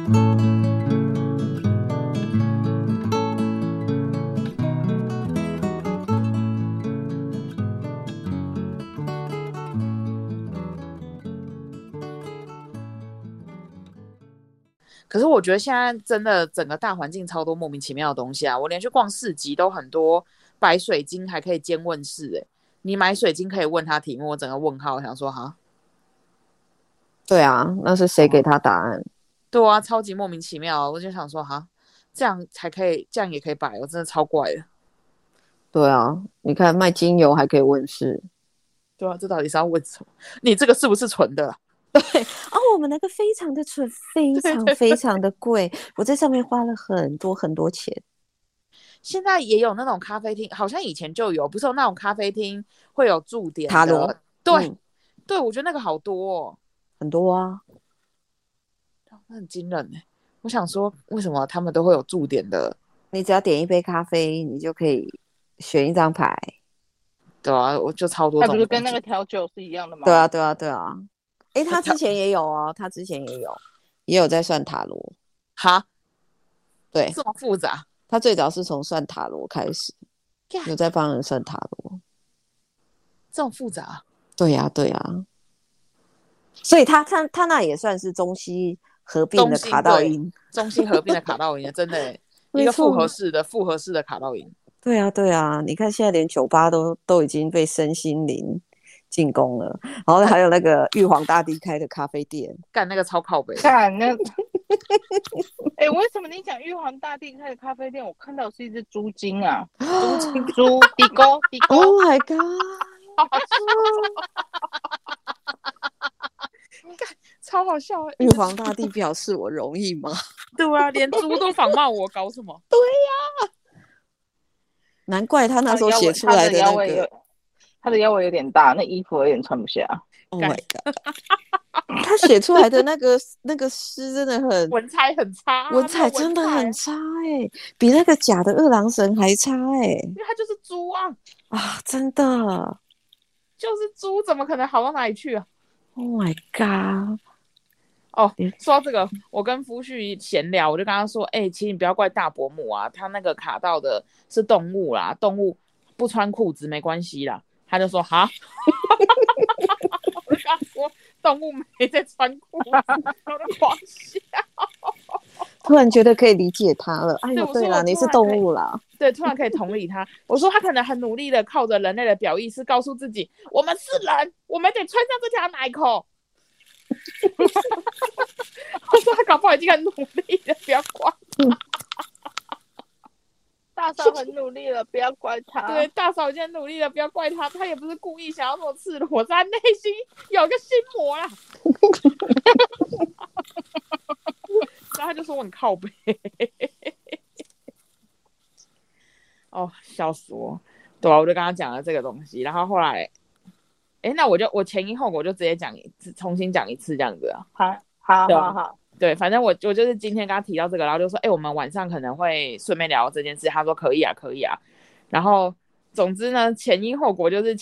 可是我觉得现在真的整个大环境超多莫名其妙的东西啊！我连去逛市集都很多白水晶还可以兼问世哎，你买水晶可以问他题目，我整个问号，我想说哈， 对啊，那是谁给他答案？ 对啊，超级莫名其妙，我就想说哈，这样才可以，这样也可以摆，我真的超怪的。 对啊，你看卖精油还可以问世。 对啊，这到底是要问什么？你这个是不是纯的啊？ 哦，我们那个非常的纯，非对常对对， 非常的贵，我在上面花了很多很多钱。 现在也有那种咖啡厅，好像以前就有，不是有那种咖啡厅会有驻点塔罗， 的？对嗯， 对，我觉得那个好多哦， 很多啊。 那很惊人哎。我想说，为什么他们都会有驻点的？ 你只要点一杯咖啡，你就可以选一张牌。 对啊，我就超多那这种东西。 不是跟那个调酒是一样的吗？ 对啊，对啊，对啊。诶，他之前也有哦，他之前也有在算塔罗。 哈， 对， 这么复杂？ 他最早是从算塔罗开始，有在帮人算塔罗。 这么复杂？ 对呀，对呀。所以他那也算是中西合并中的卡心对， 道音。 中西合并的卡道音，真的一个复合没错。 式的复合式的卡道音。 对啊，对啊，你看现在连酒吧都已经被身心灵进攻了，然后还有那个玉皇大帝开的咖啡店。 干那个超靠北的。 看那，哎，为什么你讲玉皇大帝开的咖啡店，我看到是一只猪精啊？ 租金猪地沟地沟， Oh my god！ 好好笑，超好笑。 玉皇大帝表示我容易吗？ 对啊，连猪都仿冒我，搞什么？ 难怪他那时候写出他来的腰围有， 的那个他的腰围有点大，那衣服有点穿不下。 ，Oh 干 my god！他写出来的那个诗真的很文采很差啊， 文没有采真的文采啊， 很差比那个假的二郎神还差因为他就是猪啊， 啊！真的就是猪，怎么可能好到哪里去啊？ ，Oh my god！ 哦，说到这个，我跟夫婿闲聊，我就跟他说，其实你不要怪大伯母啊，他那个卡到的是动物啦，动物不穿裤子没关系啦。他就说哈，我就跟他说动物没在穿裤子，然后就狂笑。 突然觉得可以理解他了。哎对， 呦， 我说我对啦，你是突然可以， 动物啦。 对，突然可以同理他。我说他可能很努力的靠着人类的表意识告诉自己，我们是人，我们得穿上这条奶口。我说他搞不好已经很努力了，不要管他。 大嫂很努力了，不要怪他。 对，大嫂已经很努力了，不要怪他，他也不是故意想要那么赤裸，在内心有个心魔啦。然后他就说我很靠北。哦，笑死我！对啊，我就跟他讲了这个东西，然后后来，那我前因后果就直接讲一次，重新讲一次这样子啊。 好， 对，反正我就是今天跟他提到这个，然后就说，我们晚上可能会顺便聊这件事。他说可以啊，可以啊。然后总之呢，前因后果就是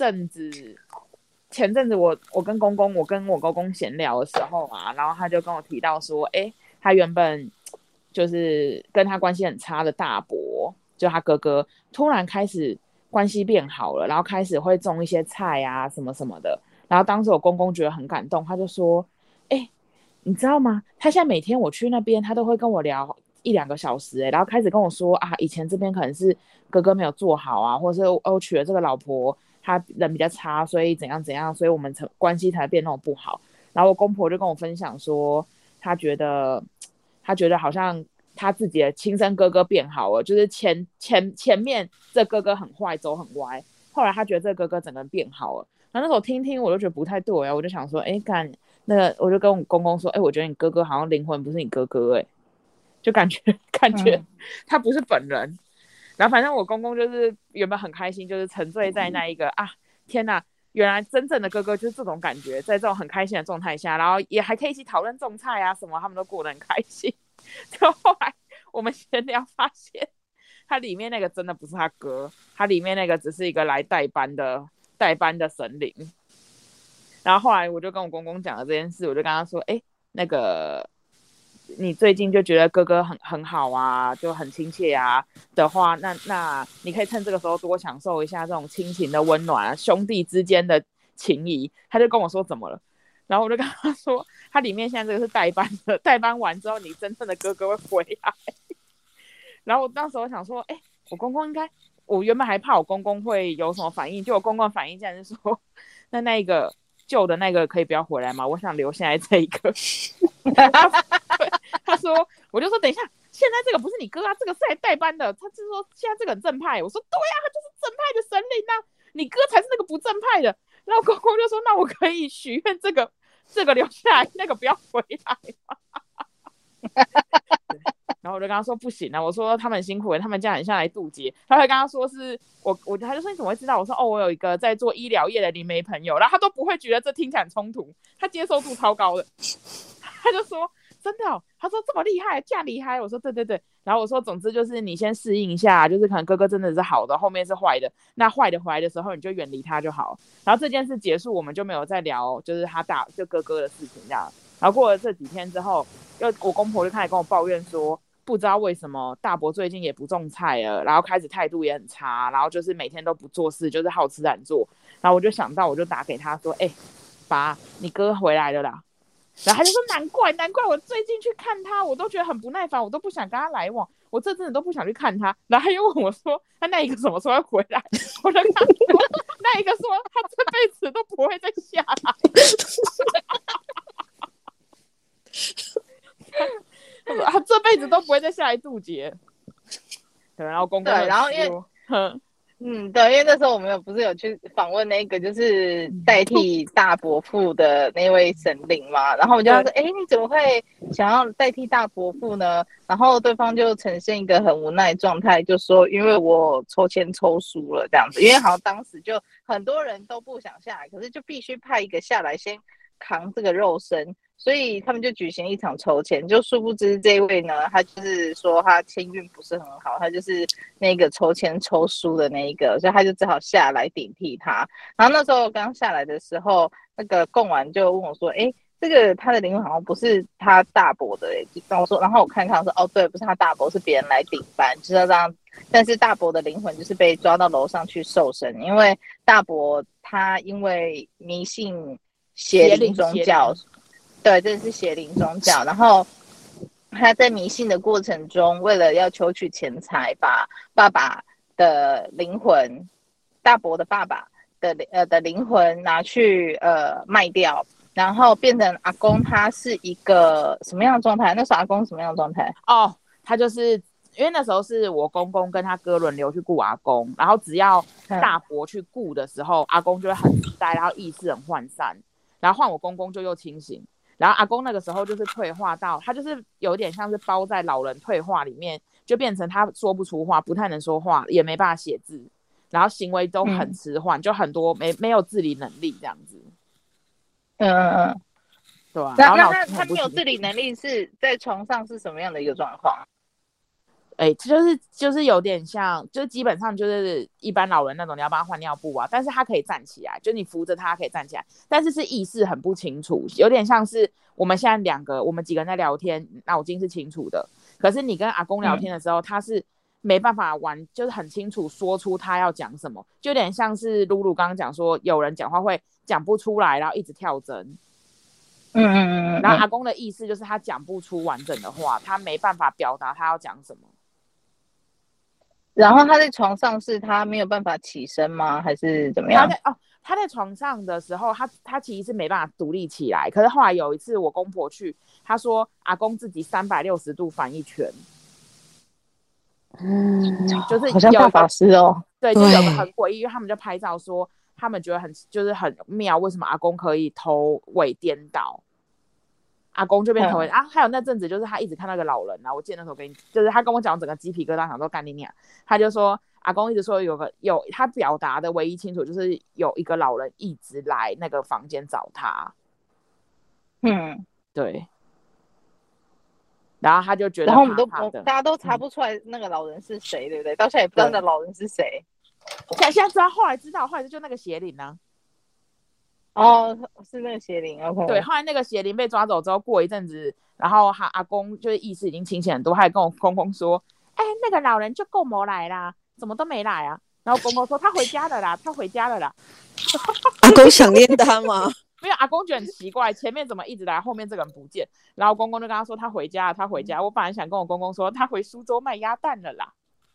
前阵子我跟公公，我跟我公公闲聊的时候啊，然后他就跟我提到说，他原本就是跟他关系很差的大伯，就他哥哥，突然开始关系变好了，然后开始会种一些菜啊什么什么的。然后当时我公公觉得很感动，他就说，你知道吗？他现在每天我去那边，他都会跟我聊1-2个小时，然后开始跟我说啊，以前这边可能是哥哥没有做好啊，或者是娶了这个老婆，他人比较差，所以怎样怎样，所以我们关系才变那么不好。然后我公婆就跟我分享说，他觉得好像他自己的亲生哥哥变好了，就是前面这哥哥很坏，走很歪，后来他觉得这哥哥整个人变好了。然后那时候听听，我就觉得不太对啊，我就想说，干那个，我就跟我公公说，我觉得你哥哥好像灵魂不是你哥哥，就感觉他不是本人。然后反正我公公就是原本很开心，就是沉醉在那一个天哪，原来真正的哥哥就是这种感觉，在这种很开心的状态下，然后也还可以一起讨论种菜啊什么，他们都过得很开心。就后来我们闲聊发现，他里面那个真的不是他哥，他里面那个只是一个来代班的神灵。然后后来我就跟我公公讲了这件事，我就跟他说，那个你最近就觉得哥哥很好啊，就很亲切啊的话，那你可以趁这个时候多享受一下这种亲情的温暖啊，兄弟之间的情谊。他就跟我说怎么了，然后我就跟他说，他里面现在这个是代班的，代班完之后你真正的哥哥会回来。然后我那时候想说，我公公应该，我原本还怕我公公会有什么反应，就我公公反应竟然是说，那一个旧的那个可以不要回来吗？我想留下来这一个。他说，我就说等一下，现在这个不是你哥啊，这个是来代班的。他就说现在这个很正派，我说对啊，他就是正派的神灵啊，你哥才是那个不正派的。然后公公就说，那我可以许愿这个留下来，那个不要回来吗？然后我就跟他说不行啊，我说他们很辛苦，他们这样很像来渡劫。他会跟他说是他就说你怎么会知道？我说我有一个在做医疗业的灵媒朋友，然后他都不会觉得这听起来很冲突，他接受度超高的。他就说真的哦，他说这么厉害，这样厉害。我说对对对，然后我说总之就是你先适应一下，就是可能哥哥真的是好的，后面是坏的，那坏的回来的时候你就远离他就好。然后这件事结束，我们就没有再聊就是就哥哥的事情这样。然后过了这几天之后，我公婆就开始跟我抱怨说，不知道为什么大伯最近也不种菜了，然后开始态度也很差，然后就是每天都不做事，就是好吃懒做。然后我就想到，我就打给他说，爸，你哥回来了啦。然后他就说难怪我最近去看他，我都觉得很不耐烦，我都不想跟他来往，我这阵子都不想去看他。然后他又问我说，那一个什么时候会回来？我就跟他说，那一个说他这辈子都不会再下来。他这辈子都不会再下来渡劫。对，然后公公对，然后因为对，因为那时候我们不是有去访问那个就是代替大伯父的那位神灵嘛，然后我就说，你怎么会想要代替大伯父呢？然后对方就呈现一个很无奈的状态，就说因为我抽签抽输了这样子，因为好像当时就很多人都不想下来，可是就必须派一个下来先扛这个肉身。所以他们就举行一场抽签，就殊不知这位呢，他就是说他签运不是很好，他就是那个抽签抽输的那一个，所以他就只好下来顶替他。然后那时候刚下来的时候，那个贡丸就问我说：“这个他的灵魂好像不是他大伯的然后我说，然后我看说，哦，对，不是他大伯，是别人来顶班，就是要这样。但是大伯的灵魂就是被抓到楼上去受审，因为大伯他因为迷信邪灵宗教。”对，这是邪灵宗教。然后他在迷信的过程中，为了要求取钱财，把爸爸的灵魂，大伯的爸爸的灵魂拿去卖掉，然后变成阿公他是一个什么样的状态？那时候阿公什么样的状态？ 他就是因为那时候是我公公跟他哥轮流去顾阿公，然后只要大伯去顾的时候，阿公就会很呆，然后意识很涣散，然后换我公公就又清醒。然后阿公那个时候就是退化到，他就是有点像是包在老人退化里面，就变成他说不出话，不太能说话，也没办法写字，然后行为都很迟缓，就很多没有自理能力这样子。对啊。 那他没有自理能力是在床上是什么样的一个状况？ 就是有点像，就基本上就是一般老人那种，你要帮他换尿布啊，但是他可以站起来，就你扶着他可以站起来，但是意识很不清楚，有点像是我们现在我们几个人在聊天，脑筋是清楚的，可是你跟阿公聊天的时候，他是没办法就是很清楚说出他要讲什么，就有点像是露露刚刚讲说，有人讲话会讲不出来，然后一直跳针。然后阿公的意思就是他讲不出完整的话，他没办法表达他要讲什么。 然后他在床上是他没有办法起身吗？还是怎么样？ 他在床上的时候，他其实是没办法独立起来。可是后来有一次我公婆去，他说阿公自己360度反一拳，就是好像大法师哦。 对，就有个很诡异，因为他们就拍照说他们觉得就是很妙，为什么阿公可以头尾颠倒？阿公就变头尾还有那阵子就是他一直看到一个老人啊，我记得那时候就是他跟我讲整个鸡皮疙瘩，想说干你娘，他就说阿公一直说有他表达的唯一清楚就是有一个老人一直来那个房间找他。对。然后他就觉得然后我们大家都查不出来那个老人是谁，对不对？到现在也不知道那老人是谁。 现在知道，后来就那个邪灵啊。 哦，是那个邪灵 ，OK。 对，后来那个邪灵被抓走之后，过一阵子，然后他阿公就是意识已经清醒很多，他还跟我公公说：“哎，那个老人就够没来啦，怎么都没来啊？”然后公公说：“他回家了啦，他回家了啦。” 阿公想念他吗？ 没有，阿公觉得很奇怪，前面怎么一直来，后面这个人不见，然后公公就跟他说他回家了，他回家。我本来想跟我公公说他回苏州卖鸭蛋了啦。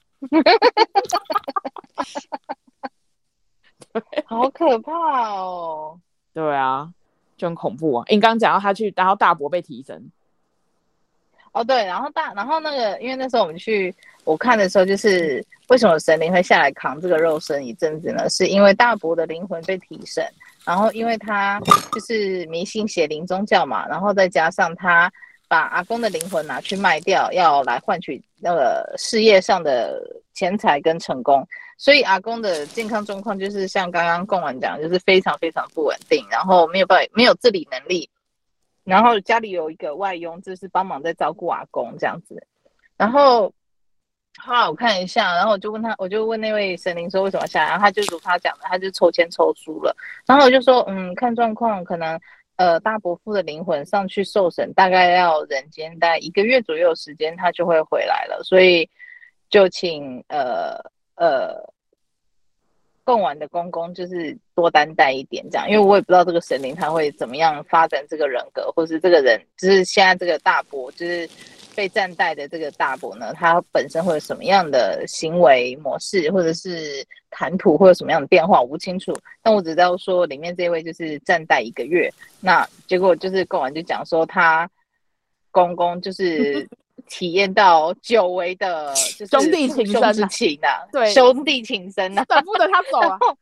好可怕哦！ 对啊，就很恐怖啊。你刚刚讲到他去，然后大伯被提升。 哦，对，然后那个，因为那时候我们去我看的时候，就是为什么神灵会下来扛这个肉身一阵子呢？是因为大伯的灵魂被提升，然后因为他就是迷信邪灵宗教嘛，然后再加上他把阿公的灵魂拿去卖掉，要来换取那个事业上的钱财跟成功，所以阿公的健康状况就是像刚刚贡丸讲，就是非常非常不稳定，然后没有自理能力。然后家里有一个外佣，就是帮忙在照顾阿公这样子。然后后来我看一下，然后我就问那位神灵说为什么下来，然后他就如他讲的，他就抽签抽输了。然后我就说，看状况，可能大伯父的灵魂上去受审，大概要人间大概1个月左右的时间，他就会回来了。所以就请贡丸的公公就是多担待一点这样，因为我也不知道这个神灵他会怎么样发展这个人格，或是这个人就是现在这个大伯就是被暂代的这个大伯呢，他本身会有什么样的行为模式，或者是谈吐会有什么样的变化，我不清楚。但我只知道说里面这位就是暂代1个月，那结果就是贡丸就讲说他公公就是体验到久违的，就是兄弟情深之情啊， 对， 兄弟情深啊， 舍不得他走啊，可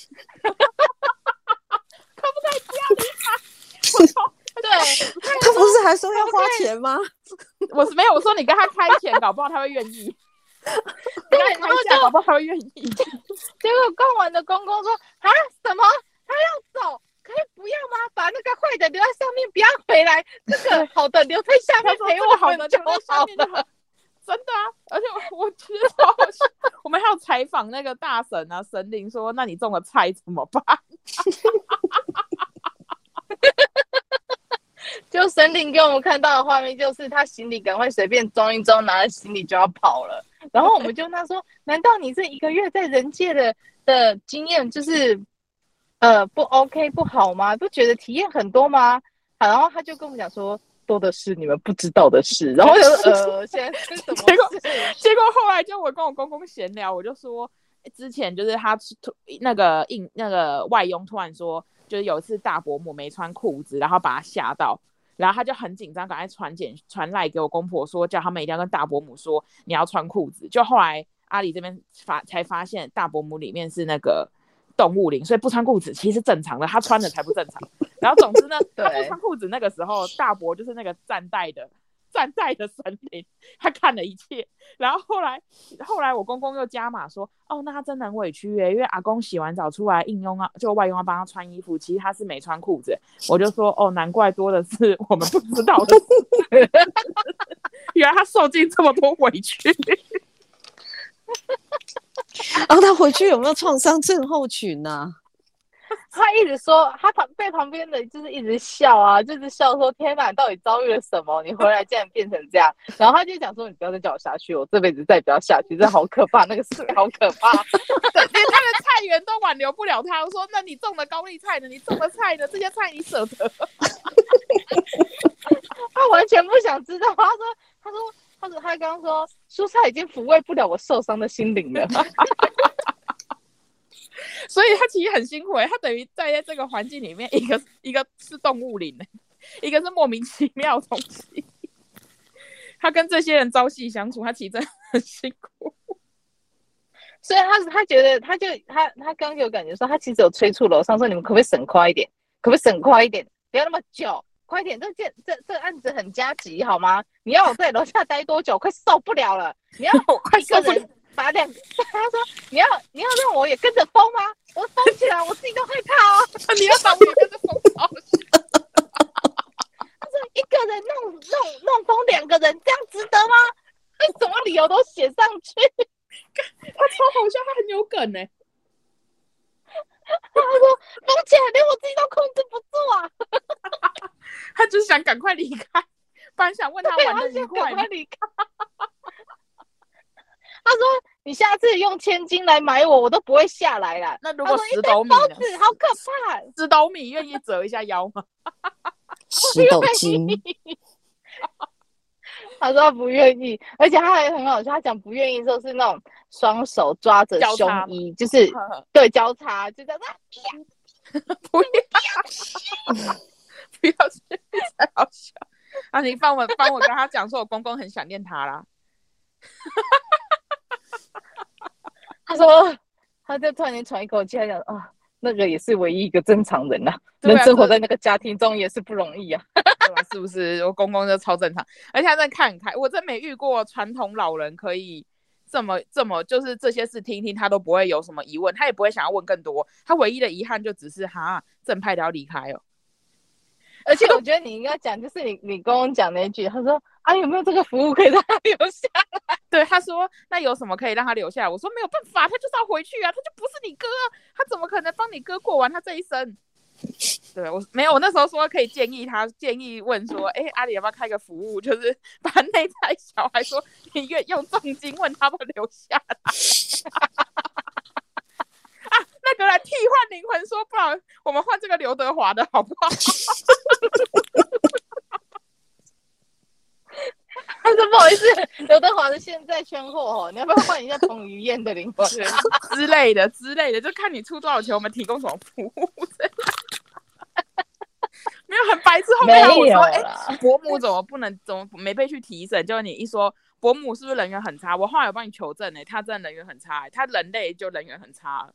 不可以不要离开？ 对， 他不是还说要花钱吗？ 我是没有，我说你跟他开钱，搞不好他会愿意。 对， 然后就搞不好他会愿意。 结果贡丸的公公说啊什么？他要走？可以不要吗？把那个坏的留在上面，不要回来。这个好的留在下面陪我好的就好了。 真的啊！而且我觉得超好笑。我们还有采访那个大神啊，神灵说：“那你种的菜怎么办？” 就神灵给我们看到的画面，就是他行李赶快随便装一装，拿着行李就要跑了。然后我们就问他说：“难道你这1个月在人界的经验就是不 OK 不好吗？不觉得体验很多吗？”然后他就跟我们讲说：“多的是你们不知道的事。”然后我就现在是什么事？ 结果后来就我跟我公公闲聊，我就说之前就是他那个外佣突然说，就是有一次大伯母没穿裤子，然后把他吓到。然后他就很紧张，赶快传赖给我公婆说，叫他们一定要跟大伯母说你要穿裤子。就后来阿里这边才发现大伯母里面是那个动物灵，所以不穿裤子其实正常的，他穿的才不正常。然后总之呢，他不穿裤子那个时候，大伯就是那个暂代的神灵，他看了一切。然后后来我公公又加码说，哦，那他真的很委屈耶，因为阿公洗完澡出来应用啊，就外佣要帮他穿衣服，其实他是没穿裤子。我就说，哦，难怪多的是我们不知道的事。原来他受尽这么多委屈。 然后他回去有没有创伤症候群啊？ 他一直说，他被旁边的就是一直笑啊，就是笑说：“天哪，你到底遭遇了什么？你回来竟然变成这样。”然后他就讲说：“你不要再叫我下去，我这辈子再也不要下去，这好可怕，那个事好可怕。” 连他的菜园都挽留不了他。我说：“那你种的高丽菜呢？你种的菜呢？这些菜你舍得？” 他完全不想知道。他刚刚说，蔬菜已经抚慰不了我受伤的心灵了。 所以他其实很辛苦他等于在这个环境里面，一个是动物灵，一个是莫名其妙的东西。他跟这些人朝夕相处，他其实真的很辛苦。 所以他觉得，他刚有感觉说，他其实有催促楼上说，你们可不可以省快一点？可不可以省快一点？不要那么久，快点！这案子很加急，好吗？你要我在楼下待多久？快受不了了！你要一个人把他说你要让我也跟着疯吗？我疯起来，我自己都害怕啊！ 你要把我也跟着疯超小。 他说一个人弄疯2个人，这样值得吗？什么理由都写上去。 他超好笑，他很有梗他说风姐连我自己都控制不住啊。 他就是想赶快离开，不然想问他玩的愉快吗？ 离开。他说你下次用千金来买我，我都不会下来啦。 那如果10斗米呢？ 好可怕！10 斗米愿意折一下腰吗 ？10斗金。 他说他不愿意，而且他还很好笑，他讲不愿意的时候是那种双手抓着胸衣，就是对交叉，就这样不要不要，太好笑啊！你帮我跟他讲说，我公公很想念他啦。 他说，他就突然间喘一口气，他讲啊，那个也是唯一一个正常人啊，能生活在那个家庭中也是不容易啊。 对吧？是不是？我公公就超正常，而且他在看很开，我真没遇过传统老人可以这么就是这些事听听他都不会有什么疑问，他也不会想要问更多，他唯一的遗憾就只是正派的要离开哦。 而且我觉得你应该讲，就是你公公讲那一句，他说啊，有没有这个服务可以让他留下来？ 对，他说那有什么可以让他留下来？我说没有办法，他就是要回去啊，他就不是你哥啊，他怎么可能帮你哥过完他这一生？对，我没有，我那时候说可以建议问说，阿里要不要开个服务，就是把内在小孩说你愿用重金问他们留下来。那个来替换灵魂说，不然我们换这个刘德华的好不好？ 他说不好意思，刘德华的现在圈货哦，你要不要换一下彭于晏的灵魂之类的，就看你出多少钱，我们提供什么服务。没有很白痴，后面我说，伯母怎么没被去提审？就是你一说伯母是不是人缘很差？我后来有帮你求证他真的人缘很差他人类就人缘很差。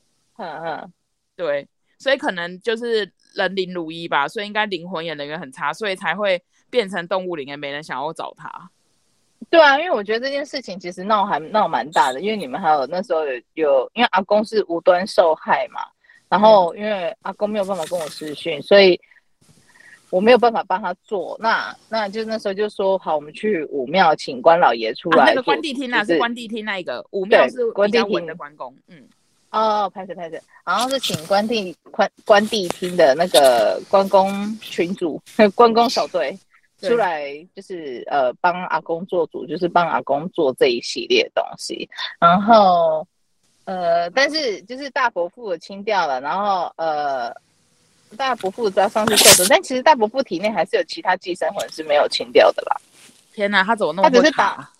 对，所以可能就是人灵如一吧，所以应该灵魂也人缘很差，所以才会变成动物灵，也没人想要找他。 对啊，因为我觉得这件事情其实闹蛮大的，因为你们还有那时候有因为阿公是无端受害嘛，然后因为阿公没有办法跟我视讯，所以我没有办法帮他做，那就那时候就说好，我们去武庙请关老爷出来。 那个关帝厅是关帝厅那一个，武庙是比较稳的关公。 拍摄，然后是请关帝厅的那个关公群主关公小队出来，就是帮阿公做主，就是帮阿公做这一系列东西。然后但是就是大伯父清掉了，然后大伯父都要上去受审，但其实大伯父体内还是有其他寄生魂是没有清掉的啦。 天哪，他怎么那么会打？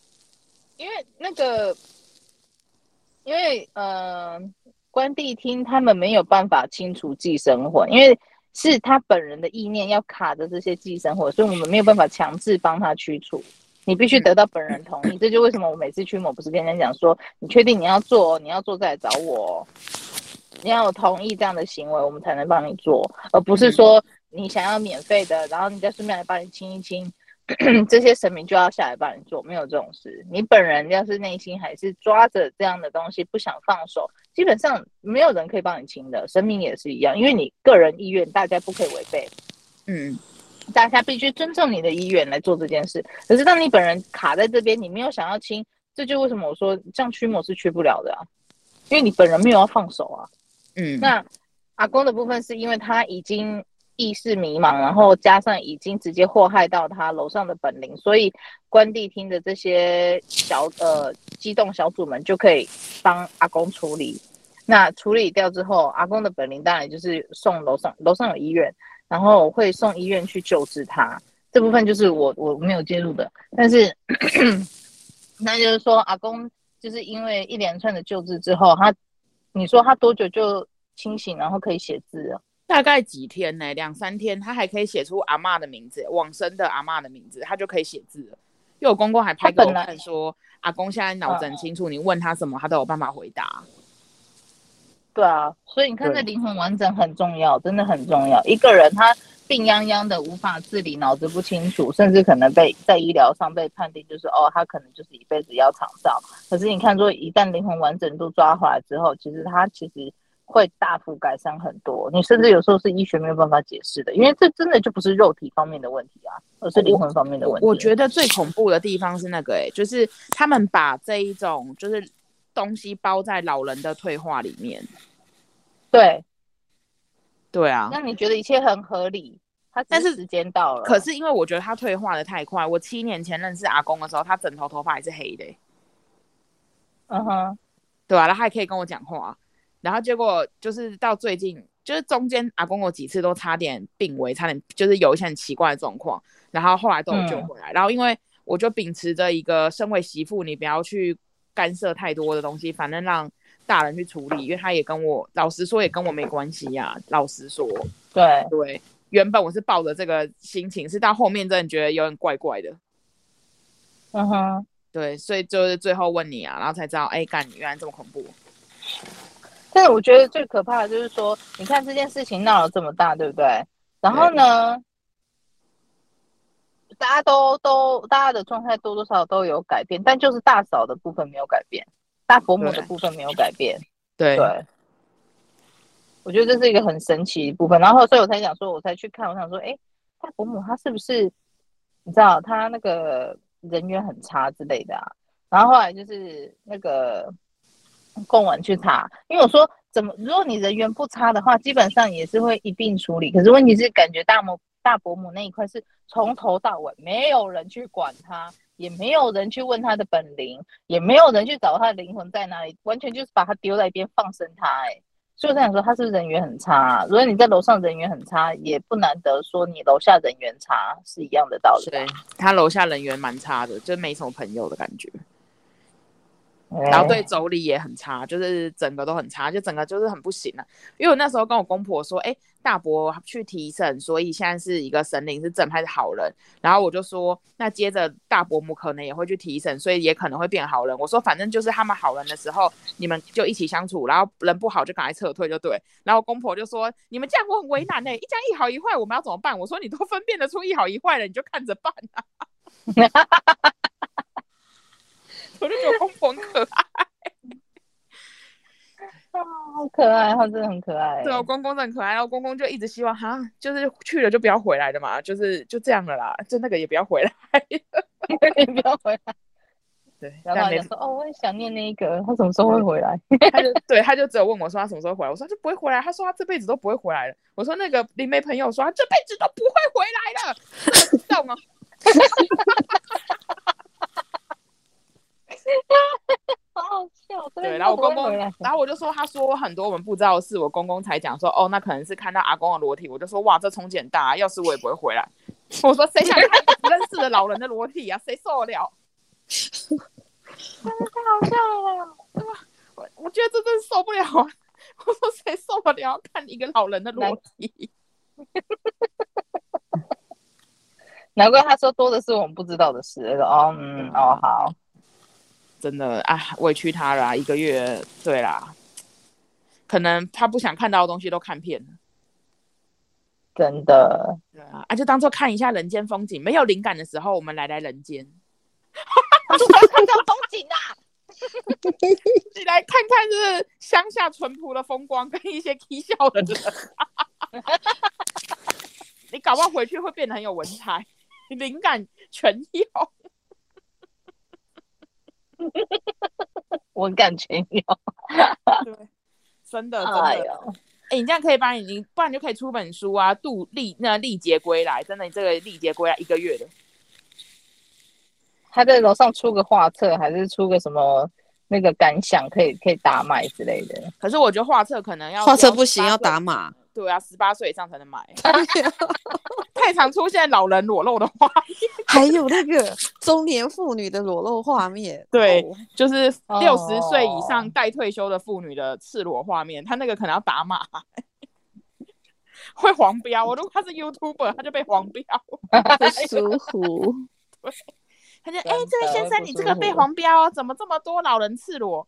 因为关帝厅他们没有办法清除寄生魂，因为是他本人的意念要卡着这些寄生魂，所以我们没有办法强制帮他驱除，你必须得到本人同意。这就为什么我每次驱魔不是跟人家讲说，你确定你要做再来找我，你要有同意这样的行为，我们才能帮你做，而不是说你想要免费的，然后人家顺便来帮你清一清。这些神明就要下来帮你做，没有这种事。你本人要是内心还是抓着这样的东西不想放手，基本上没有人可以帮你清的，神明也是一样，因为你个人意愿大家不可以违背，大家必须尊重你的意愿来做这件事。可是当你本人卡在这边，你没有想要清，这就为什么我说这样驱魔是驱不了的啊，因为你本人没有要放手啊。那阿公的部分是因为他已经意识迷茫，然后加上已经直接祸害到他楼上的本灵，所以关帝厅的这些机动小组们就可以帮阿公处理。那处理掉之后，阿公的本灵当然就是送楼上有医院，然后会送医院去救治他。这部分就是我没有介入的，但是那就是说阿公就是因为一连串的救治之后，你说他多久就清醒，然后可以写字了？ 大概几天呢？2-3天，他还可以写出阿嬷的名字，往生的阿嬷的名字，他就可以写字了。因为我公公还拍给我看说，阿公现在脑子很清楚，你问他什么，他都有办法回答。 对啊，所以你看，这灵魂完整很重要，真的很重要。一个人他病殃殃的无法自理，脑子不清楚，甚至可能在医疗上被判定就是他可能就是一辈子要长照。可是你看说，一旦灵魂完整度抓回来之后，其实他会大幅改善很多，你甚至有时候是医学没有办法解释的，因为这真的就不是肉体方面的问题啊，而是灵魂方面的问题。 我觉得最恐怖的地方是那个就是他们把这一种就是东西包在老人的退化里面。 对对啊， 那你觉得一切很合理，他只是时间到了。 可是因为我觉得他退化的太快，我7年前认识阿公的时候，他整头头发还是黑的、 嗯哼， 对啊，然后他还可以跟我讲话，然后结果就是到最近，就是中间阿公有几次都差点病危，差点就是有一些很奇怪的状况，然后后来都有救回来。然后因为我就秉持着一个身为媳妇，你不要去干涉太多的东西，反正让大人去处理，因为他也跟我老实说也跟我没关系呀、老实说，对，原本我是抱着这个心情，是到后面真的觉得有点怪怪的。 嗯哼， 对，所以就是最后问你啊，然后才知道，哎，干，原来这么恐怖。 但是我觉得最可怕的就是说，你看这件事情闹了这么大，对不对？然后呢，大家的状态多多少少都有改变，但就是大嫂的部分没有改变，大伯母的部分没有改变。 对， 我觉得这是一个很神奇的部分。然后所以我才想说，我才去看，我想说，哎，大伯母她是不是你知道她那个人缘很差之类的啊？然后后来就是那个贡丸去查，因为我说如果你人缘不差的话，基本上也是会一并处理。可是问题是，感觉大伯母那一块是从头到尾没有人去管他，也没有人去问他的本灵，也没有人去找他的灵魂在哪里，完全就是把他丢在一边放生他。所以我在想说，他是不是人缘很差？如果你在楼上人缘很差，也不难得说你楼下人缘差是一样的道理。 对，他楼下人缘蛮差的，就没什么朋友的感觉。然后对妯娌也很差，就是整个都很差，就整个就是很不行了。因为我那时候跟我公婆说，哎，大伯去提审，所以现在是一个神灵是正派是好人。然后我就说，那接着大伯母可能也会去提审，所以也可能会变好人。我说，反正就是他们好人的时候，你们就一起相处，然后人不好就赶快撤退就对。然后我公婆就说，你们这样我很为难一这样一好一坏我们要怎么办？我说你都分辨得出一好一坏了，你就看着办啊。我就觉得公婆很可爱。 好可爱，他真的很可爱。 对，我公公真的很可爱，然后公公就一直希望哈，就是去了就不要回来的嘛，就这样了啦，就那个也不要回来， 也不要回来。 对， 然后他就说哦，我很想念那个，他什么时候会回来？ 他就只有问我说他什么时候回来，我说他就不会回来，他说他这辈子都不会回来了。我说那个灵媒朋友说他这辈子都不会回来了，这么动哦。 好好笑。 对，然后我公公，然后我就说，他说很多我们不知道的事，我公公才讲说，哦，那可能是看到阿公的裸体，我就说，哇，这冲击很大，要是我也不会回来。我说，谁想看不认识的老人的裸体啊？谁受得了？ 太好笑了， 对吧？我觉得这真受不了啊！我说，谁受得了看一个老人的裸体？ 难怪他说多的是我们不知道的事。哦，好。 真的啊，委屈他了1个月。对啦，可能他不想看到的东西都看遍了。 真的。 对啊，就当做看一下人间风景。没有灵感的时候，我们来人间。 他说我要看这种风景啊！ 你来看看这乡下淳朴的风光跟一些嬉笑的人。你搞不好回去会变得很有文采，灵感全有。 文感全有。 对，真的。你这样可以把你不然就可以出本书啊，历劫归来。真的，你这个历劫归来1个月的。 他在楼上出个画册，还是出个什么那个感想，可以打码之类的。 可是我觉得画册可能画册不行，要打码。 对啊，18岁以上才能买。太常出现老人裸露的画面， 还有那个中年妇女的裸露画面。 对，就是60岁以上待退休的妇女的赤裸画面，他那个可能要打码。会黄标。如果他是 YouTuber， 他就被黄标。 不舒服。 对，他就这位先生，你这个被黄标，怎么这么多老人赤裸？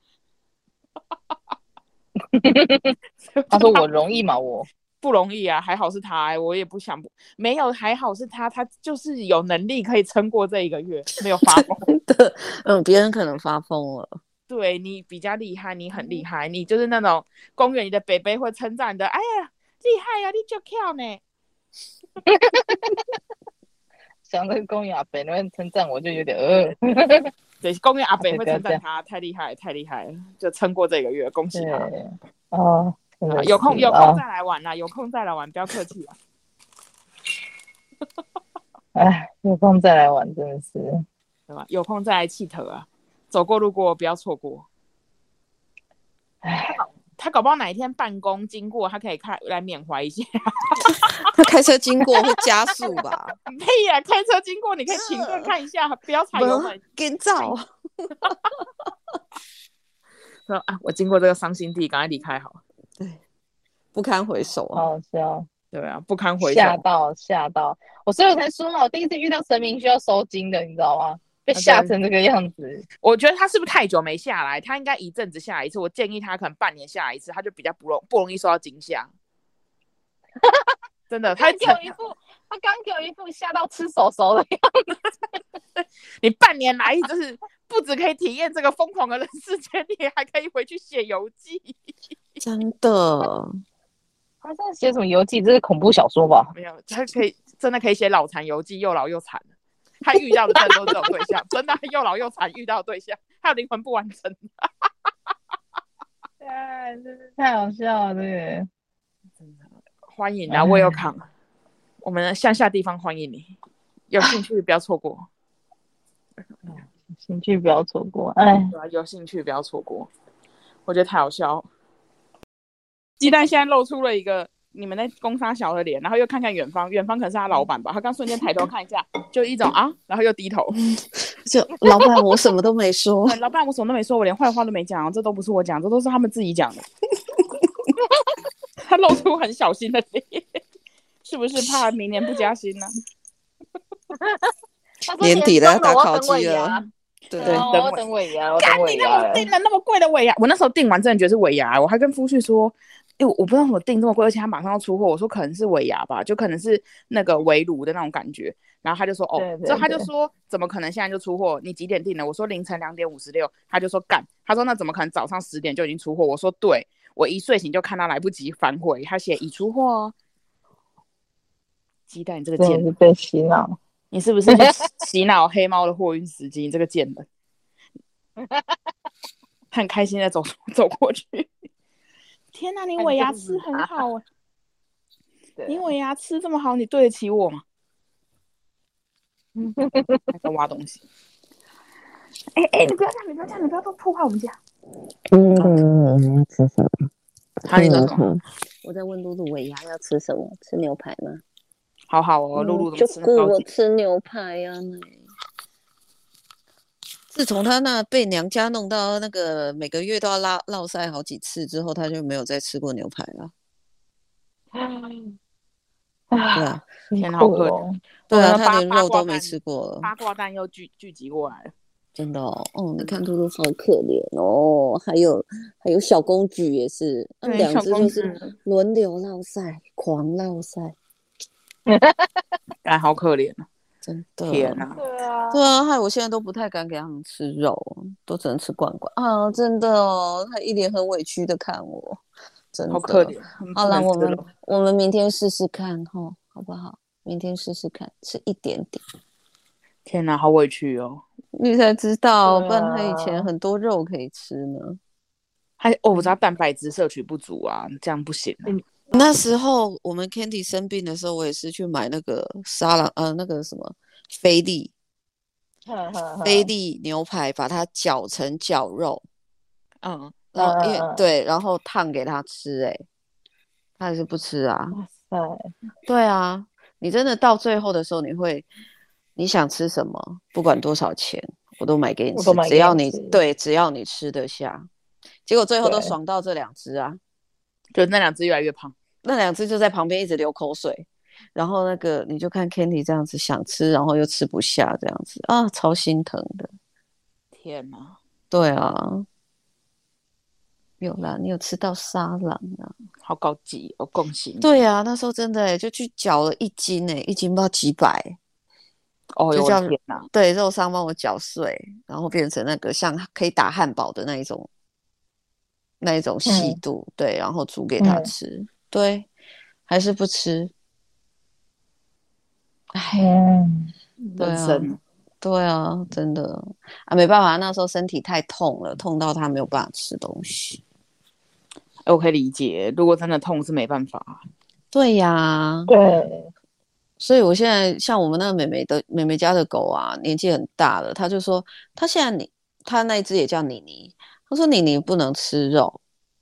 他说我容易吗？我不容易啊，还好是他，我也不想没有，还好是他就是有能力可以撑过这1个月，没有发疯。 的，别人可能发疯了。 对，你比较厉害，你很厉害，你就是那种公园里的北北会称赞的，哎呀，厉害呀，你就跳呢。 想那个公园阿伯那边称赞我就有点对，公园阿伯会称赞他，太厉害了，就撑过这1个月，恭喜他。 有空再来玩啦，有空再来玩，不要客气啦。 哎，有空再来玩，真的是， 对吧？有空再来气头啊，走过路过不要错过。他搞不好哪一天办公经过，他可以来缅怀一下。 他开车经过会加速吧？ 屁呀！开车经过你可以停顿看一下，不要踩油门。 跟照。 说啊，我经过这个伤心地，赶快离开好。 对，不堪回首啊！ 好笑。 对啊，不堪回首。 吓到！所以我才说嘛，我第一次遇到神明需要收金的，你知道吗？被吓成这个样子。 我觉得他是不是太久没下来？他应该一阵子下来一次。我建议他可能半年下来一次，他就比较不容易受到惊吓。真的，他刚给我一副吓到吃手手的样子。 你半年来就是不只可以体验这个疯狂的人世间，你还可以回去写游记。 真的。 他在写什么游记？这是恐怖小说吧？ 没有，他真的可以写脑残游记，又老又惨。他遇到的真的都是这种对象，真的又老又惨遇到的对象，还有灵魂不完整。 真是太好笑了，这个。 欢迎啊，Welcome，我们乡下地方欢迎你，有兴趣不要错过。 兴趣不要错过，哎， 有兴趣不要错过，我觉得太好笑。鸡蛋现在露出了一个你们在攻杀小的脸，然后又看看远方，远方可能是他老板吧，他刚瞬间抬头看一下，就一种啊，然后又低头， 就老板我什么都没说， 老板我什么都没说，我连坏话都没讲，这都不是我讲，这都是他们自己讲的。他露出很小心的脸，是不是怕明年不加薪呢？ 年底了，要打烤鸡了。对， 我等尾牙，我等尾牙。 你订了那么贵的尾牙，我那时候订完真的觉得是尾牙，我还跟夫婿说，我不知道我订这么贵，而且他马上要出货，我说可能是尾牙吧，就可能是那个围炉的那种感觉。然后他就说之后他就说怎么可能现在就出货？你几点订的？我说凌晨2点56，他就说干，他说那怎么可能早上10点就已经出货？我说对，我一睡醒就看他来不及反悔，他写已出货哦。鸡蛋，你这个贱人， 是被洗脑。 你是不是洗脑黑猫的货运司机？你这个贱人，他很开心的走过去。天哪，你尾牙吃很好啊！你尾牙吃这么好，你对得起我吗？还在挖东西。你不要这样，你不要都破坏我们家。 要吃什么？ 你说什么？ 我在问露露尾牙要吃什么？吃牛排吗？ 好哦，露露怎么吃？ 就顾我吃牛排呀！自从他那被娘家弄到那个每个月都要落塞好几次之后，他就没有再吃过牛排了。对啊， 天好可怜。 对啊，他连肉都没吃过了。 八卦蛋又聚集过来了。 真的哦，你看露露好可怜哦，还有小公举也是，两只就是轮流落塞，狂落塞。 好可怜啊！ 真的， 天哪！ 对啊，害我现在都不太敢给他们吃肉，都只能吃罐罐啊！真的哦，他一脸很委屈的看我，真的好可怜。 好了，我们明天试试看哈，好不好？明天试试看，吃一点点。 天哪，好委屈哦！ 你才知道，不然他以前很多肉可以吃呢。 我知道蛋白质摄取不足啊，这样不行。 那时候我们 Candy 生病的时候，我也是去买那个沙朗那个什么菲力牛排，把它绞成绞肉，然后对，然后烫给他吃，他还是不吃啊。对啊，你真的到最后的时候，你想吃什么，不管多少钱，我都买给你吃，只要你吃得下。结果最后都爽到这2只啊， 就那2只越来越胖。 那2只就在旁边一直流口水，然后那个你就看 Candy 这样子想吃，然后又吃不下这样子啊，超心疼的。 天哪！ 对啊，有啦，你有吃到沙朗啊？ 好高级哦，恭喜你！ 对啊，那时候真的就去搅了1斤1斤不知道几百。 哦， 就叫天哪！ 对，肉商帮我搅碎，然后变成那个像可以打汉堡的那一种细度，对，然后煮给他吃。对，还是不吃。 人生。 对啊，真的啊，没办法，那时候身体太痛了，痛到他没有办法吃东西。 我可以理解，如果真的痛是没办法。 对呀， 对， 所以我现在像我们那个妹妹家的狗啊，年纪很大了，她就说她现在她那一只也叫妮妮，她说妮妮不能吃肉，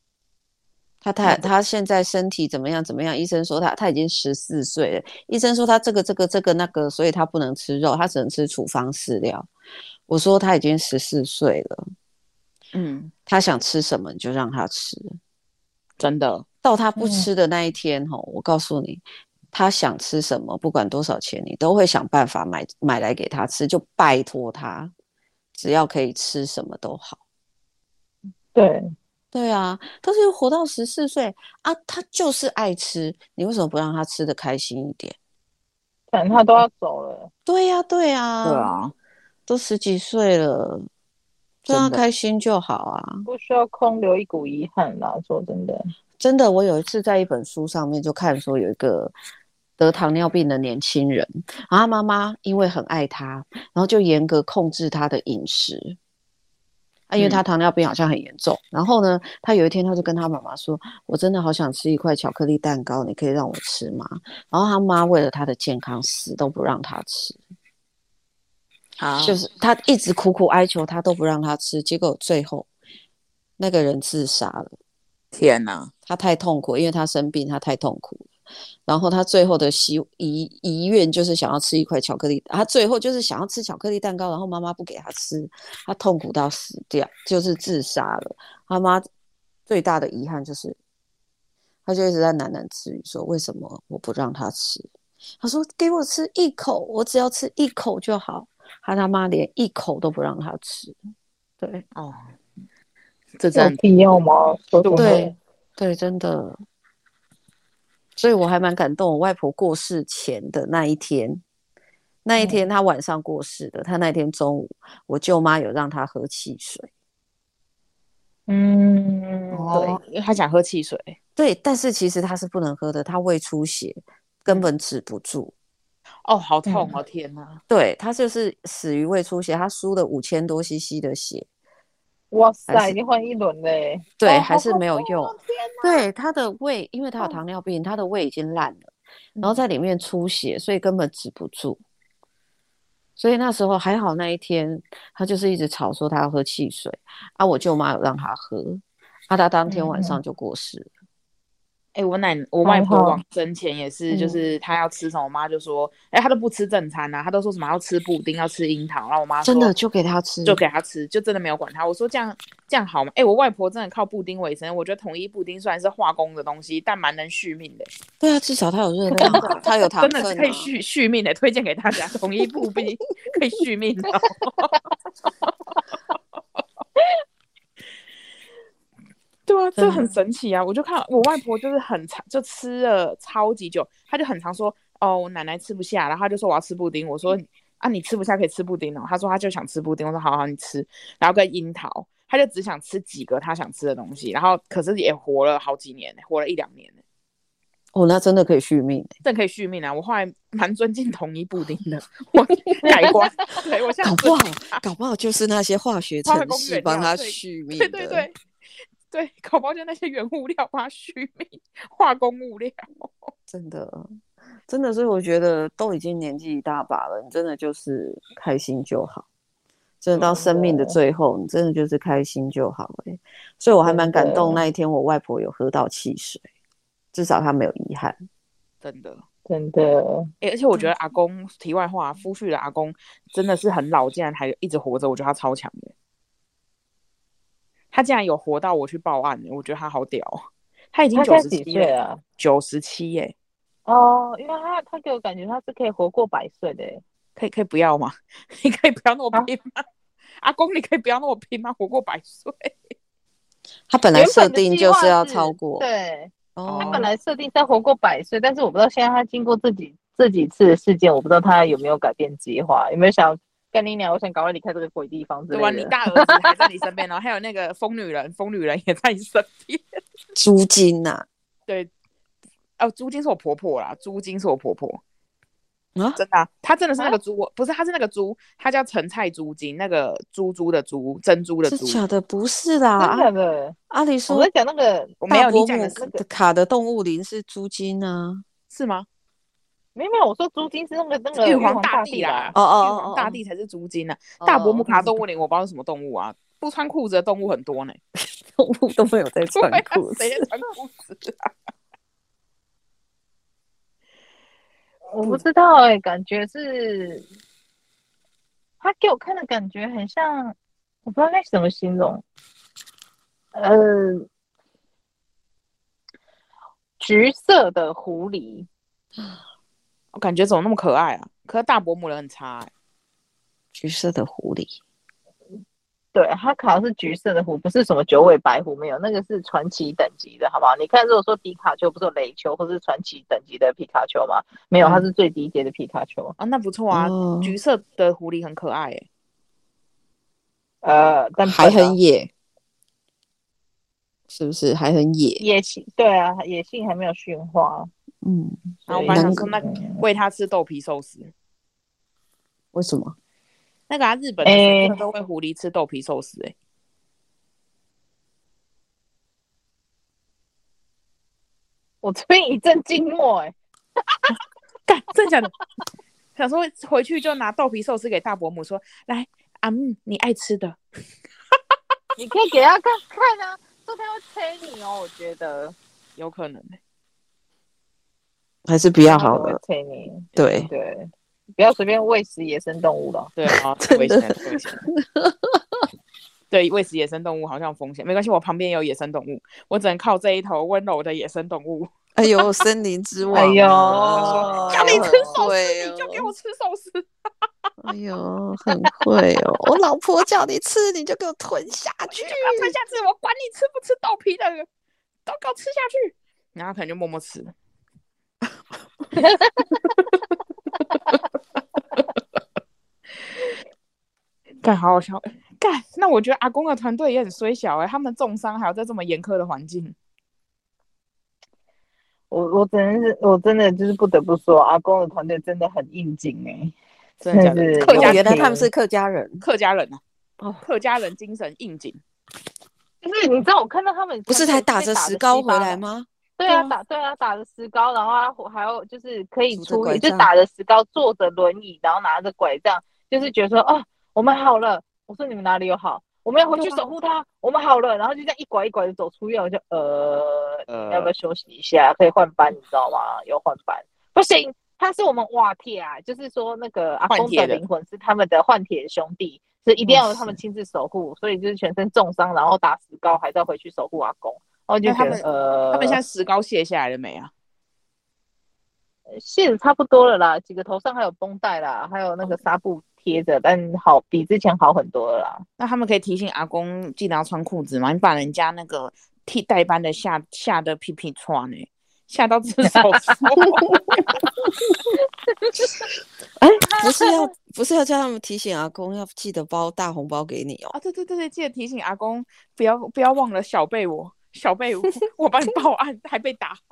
她现在身体怎么样怎么样？医生说她已经14岁了，医生说她这个那个，所以她不能吃肉，她只能吃处方饲料。我说她已经14岁了，她想吃什么你就让她吃， 真的。 到她不吃的那一天我告诉你，她想吃什么，不管多少钱，你都会想办法买来给她吃，就拜托她，只要可以吃什么都好。 对。 对啊，但是活到14岁啊，他就是爱吃，你为什么不让他吃得开心一点？ 反正他都要走了。 对呀， 对啊， 都10几岁了，让他开心就好啊。 不需要空留一股遗憾啦，说真的。 真的，我有一次在一本书上面就看说有一个得糖尿病的年轻人，然后他妈妈因为很爱他，然后就严格控制他的饮食。因为他糖尿病好像很严重，然后呢，他有一天他就跟他妈妈说：“我真的好想吃一块巧克力蛋糕，你可以让我吃吗？”然后他妈为了他的健康，死都不让他吃。就是他一直苦苦哀求他都不让他吃，结果最后那个人自杀了。 天哪， 他太痛苦，因为他生病，他太痛苦了。然后他最后的遗愿就是想要吃一块巧克力，他最后就是想要吃巧克力蛋糕，然后妈妈不给他吃，他痛苦到死掉，就是自杀了。他妈最大的遗憾就是，他就一直在喃喃自语说：“为什么我不让他吃？”他说：“给我吃一口，我只要吃一口就好。”他妈连一口都不让他吃。对哦，这真有必要吗？ 对，真的。所以我还蛮感动。我外婆过世前的那一天，她晚上过世的，她那天中午，我舅妈有让她喝汽水。 对，因为她想喝汽水。 对，但是其实她是不能喝的，她胃出血，根本止不住。 好痛哦！天哪， 对，她就是死于胃出血，她输了5000多 CC 的血。 哇塞，已经换一轮嘞。 对，还是没有用。对，他的胃，因为他有糖尿病，他的胃已经烂了，然后在里面出血，所以根本止不住。所以那时候还好，那一天他就是一直吵说他要喝汽水啊，我舅妈有让他喝啊，他当天晚上就过世了。 我外婆往生前也是，就是她要吃什么，我妈就说，她都不吃正餐啊，她都说什么要吃布丁，要吃樱桃，然后我妈说真的就给她吃， 就真的没有管她。我说这样好吗？我外婆真的靠布丁为生，我觉得统一布丁虽然是化工的东西，但蛮能续命的。 对啊，至少它有热量，它有糖分， 真的可以续命的，推荐给大家，统一布丁可以续命的。对啊，这很神奇啊！我就看我外婆就是就吃了超级久，她就很常说我奶奶吃不下，然后她就说我要吃布丁，我说你吃不下可以吃布丁哦，她说她就想吃布丁，我说好你吃，然后跟樱桃，她就只想吃几个她想吃的东西，然后可是也活了好几年，活了1-2年。 那真的可以续命， 真的可以续命啊！我后来蛮尊敬统一布丁的，我改观。对，我现在搞不好就是那些化学成分帮他续命的。 对，搞不好就那些原物料帮他续命，化工物料。 真的，所以我觉得都已经年纪一大把了，你真的就是开心就好。真的到生命的最后，你真的就是开心就好。所以我还蛮感动，那一天我外婆有喝到汽水，至少她没有遗憾。 真的。 而且我觉得阿公，题外话，夫婿的阿公真的是很老，竟然还一直活着，我觉得他超强的。他竟然有活到我去报案，我觉得他好屌。他已经 97岁啊 ，97耶。 因为他给我感觉他是可以活过100岁的。 可以不要吗？你可以不要那么拼吗？阿公，你可以不要那么拼吗？活过100岁。 他本来设定就是要超过。 对，他本来设定是要活过100岁，但是我不知道现在他经过这几次的事件，我不知道他有没有改变计划，有没有想跟你讲，我想赶快离开这个鬼地方之类的。 对啊，你大儿子还在你身边，然后还有那个疯女人也在你身边。 租金啊， 对，租金是我婆婆啦，租金是我婆婆。 啊， 真的啊，它真的是那个猪，不是，它是那个猪，它叫橙菜猪精，那个猪的猪，珍珠的猪。 是假的？不是啦， 真的。 阿里说我在讲那个， 我没有，你讲的的是的卡的动物灵是猪精啊， 是吗？ 没有，我说猪精是那个玉皇大帝啦， 哦玉皇大帝才是猪精啊。大伯母卡动物灵我不知道是什么动物啊，不穿裤子的动物很多呢。 动物都没有在穿裤子， 谁在穿裤子啊？ 我不知道感觉是他给我看的感觉很像，我不知道该怎么形容，橘色的狐狸。 我感觉怎么那么可爱啊？可是大伯母人很差橘色的狐狸。 对，它考的是橘色的狐，不是什么九尾白狐，没有，那个是传奇等级的，好不好？你看，如果说皮卡丘不是有雷丘，或是传奇等级的皮卡丘吗？没有，它是最低阶的皮卡丘。 那不错啊，橘色的狐狸很可爱但还很野，是不是？还很野， 野性，对啊，野性还没有驯化。 然后我本来想说，那喂它吃豆皮寿司， 为什么？ 那个日本的神社都喂狐狸吃豆皮寿司我这边一阵静默干，真的假的？想说回去就拿豆皮寿司给大伯母说，来你爱吃的， 你可以给他看啊，说他会催你哦，我觉得有可能还是比较好的， 催你， 对， 不要随便喂食野生动物了， 对啊，危险。对，喂食野生动物好像有风险，没关系，我旁边有野生动物，我只能靠这一头温柔的野生动物。 哎呦，森林之王！ 哎呦， 叫你吃寿司，你就给我吃寿司。 哎呦，很会哦！我老婆叫你吃，你就给我吞下去。 吞下去，我管你吃不吃豆皮的，都给我吃下去。然后可能就默默吃。干，好好笑。干，那我觉得阿公的团队也很衰小他们重伤还有在这么严苛的环境。 我真的就是不得不说，阿公的团队真的很应景真的假的？ 原来他们是客家人啊，客家人精神应景。 就是你知道我看到他们不是才打着石膏回来吗？ 对啊，打着石膏，然后还有就是可以出院，就打着石膏坐着轮椅，然后拿着拐杖，就是觉得说我们好了。我说你们哪里有好？我们要回去守护他，我们好了。然后就这样一拐一拐的走出院，我就要不要休息一下？可以换班，你知道吗？要换班不行，他是我们瓦铁啊，就是说那个阿公的灵魂是他们的换铁兄弟，所以一定要由他们亲自守护，所以就是全身重伤，然后打石膏，还是要回去守护阿公。然后就觉得他们现在石膏卸下来了没啊？ 卸的差不多了啦，几个头上还有绷带啦，还有那个纱布贴着，但好比之前好很多了啦。 那他们可以提醒阿公记得要穿裤子吗？你把人家那个替代班的吓得屁屁穿吓到自首不是要叫他们提醒阿公要记得包大红包给你哦。 对，记得提醒阿公不要忘了小贝我帮你报案还被打。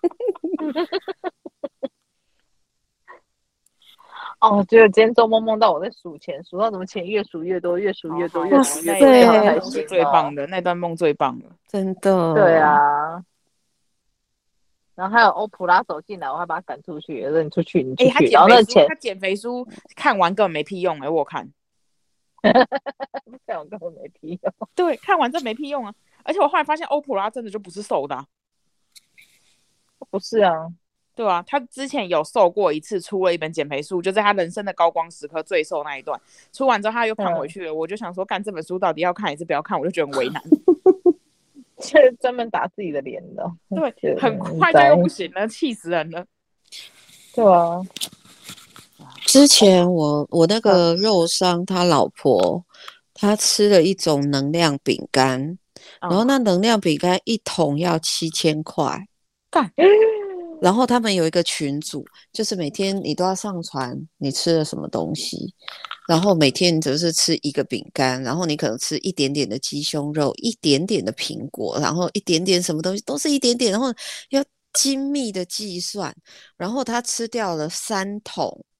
结果今天周末梦到我在数钱，数到怎么钱越数越多，越数越多，越数越多， 那是最棒的，那段梦最棒了， 真的。 对啊。然后还有欧普拉走进来，我还把他赶出去，我说你出去，你出去。然后那钱， 他减肥书看完根本没屁用我看， 看完根本没屁用。 对，看完真没屁用啊！而且我后来发现欧普拉真的就不是瘦的不是啊。 对啊，他之前有瘦过一次，出了一本减肥书，就在他人生的高光时刻最瘦那一段。出完之后他又胖回去了，我就想说，干这本书到底要看还是不要看？我就觉得很为难。 就是专门打自己的脸的， 对，很快就又不行了，气死人了。 对啊， 之前我那个肉商他老婆，他吃了一种能量饼干，然后那能量饼干一桶要7000块， 干。 然后他们有一个群组，就是每天你都要上传你吃了什么东西，然后每天你就是吃一个饼干，然后你可能吃一点点的鸡胸肉，一点点的苹果，然后一点点什么东西都是一点点，然后要精密的计算。然后他吃掉了3桶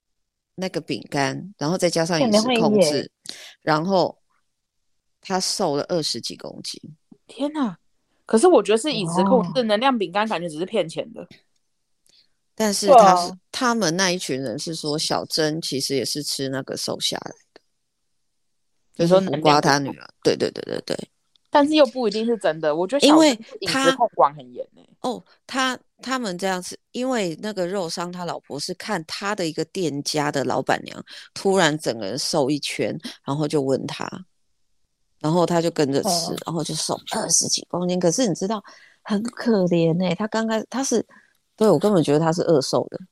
那个饼干，然后再加上饮食控制，然后他瘦了20几公斤。 天哪！可是我觉得是饮食控制，能量饼干感觉只是骗钱的。 但是他们那一群人是说，小珍其实也是吃那个瘦下来的，就是胡瓜他女儿。对。 但是又不一定是真的，我觉得小珍饮食控管很严他们这样子，因为那个肉商他老婆是看他的一个店家的老板娘突然整个人瘦一圈，然后就问他，然后他就跟着吃，然后就瘦20几公斤。可是你知道很可怜他刚开始对我根本觉得他是饿瘦的。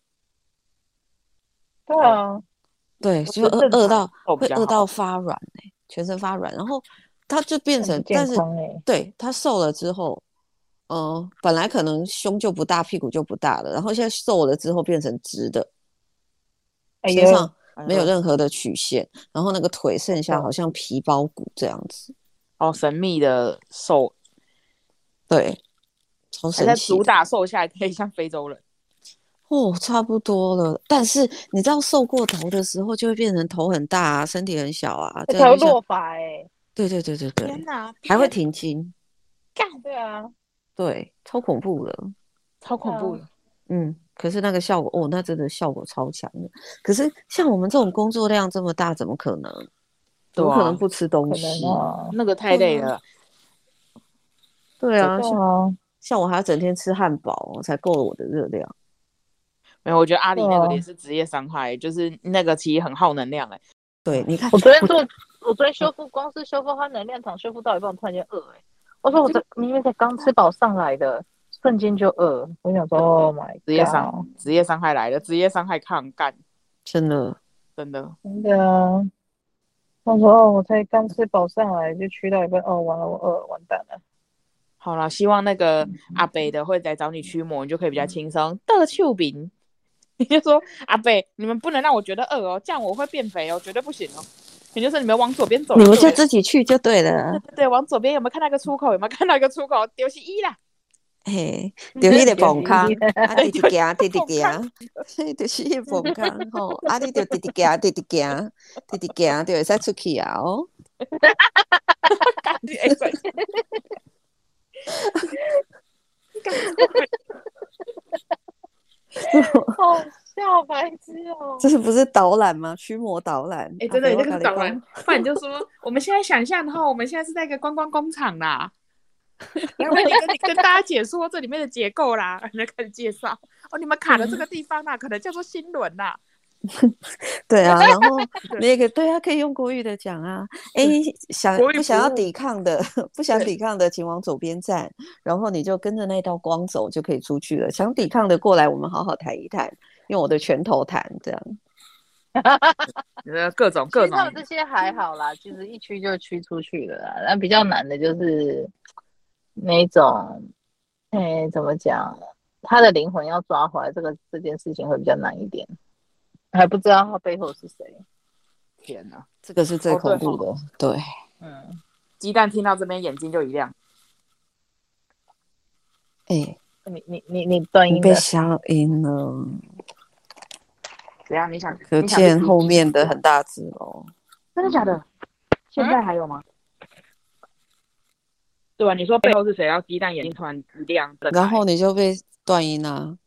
对啊， 对，就会饿到发软全身发软，然后他就变成，但是对他瘦了之后，本来可能胸就不大，屁股就不大了，然后现在瘦了之后变成直的，身上没有任何的曲线，然后那个腿剩下好像皮包骨这样子。 神秘的瘦， 对，超神奇的。 主打瘦下来可以像非洲人。 差不多了。但是你知道瘦过头的时候就会变成头很大啊，身体很小啊， 才会落发对。 天哪， 还会停经。 对啊， 对，超恐怖的。可是那个效果那真的效果超强的。可是像我们这种工作量这么大，怎么可能？怎么可能不吃东西？ 那个太累了。 对啊，像我还要整天吃汉堡才够了我的热量。 没有，我觉得阿里那个也是职业伤害，就是那个其实很耗能量对，你看， 我昨天修复，光是修复它能量场，修复到一半，我突然间饿我说我明明才刚吃饱上来的，瞬间就饿。我想说 ，Oh my god， 职业伤害来了，职业伤害抗干， 真的。 啊！我说我才刚吃饱上来，就去到一半，完了，我饿，完蛋了。 好了，希望那个阿北的会来找你驱魔，你就可以比较轻松。得手饼，你就说阿北，你们不能让我觉得饿这样我会变肥绝对不行你就说你们往左边走， 你们就自己去就对了。 对，往左边有没有看到一个出口？有没有看到一个出口？就是1啦。 就是那个崩坑，直直行，直直行，就是那个崩坑你就直直行，直直行，直直行，就会使出去啊好笑，白痴这是不是导览吗？驱魔导览。 真的，这个是导览。不然你就说，我们现在想象，然后我们现在是在一个观光工厂啦。然后你跟大家解说这里面的结构啦，然后开始介绍你们卡的这个地方可能叫做心轮啦。 对啊，然后你也可以可以用国语的讲啊。不想要抵抗的，请往左边站，然后你就跟着那道光走就可以出去了。想抵抗的过来，我们好好谈一谈，用我的拳头谈这样。 各种。 其实他们这些还好啦，其实一驱就驱出去了啦。那比较难的就是那种，怎么讲？他的灵魂要抓回来，这件事情会比较难一点，还不知道他背后是谁。 天哪， 这个是最恐怖的。对， 鸡蛋听到这边眼睛就一亮。 你断音了， 被消音了。 怎样？你想？ 可见后面的很大字哦。 真的假的？现在还有吗？对吧？你说背后是谁？然后鸡蛋眼睛突然一亮， 然后你就被断音啊。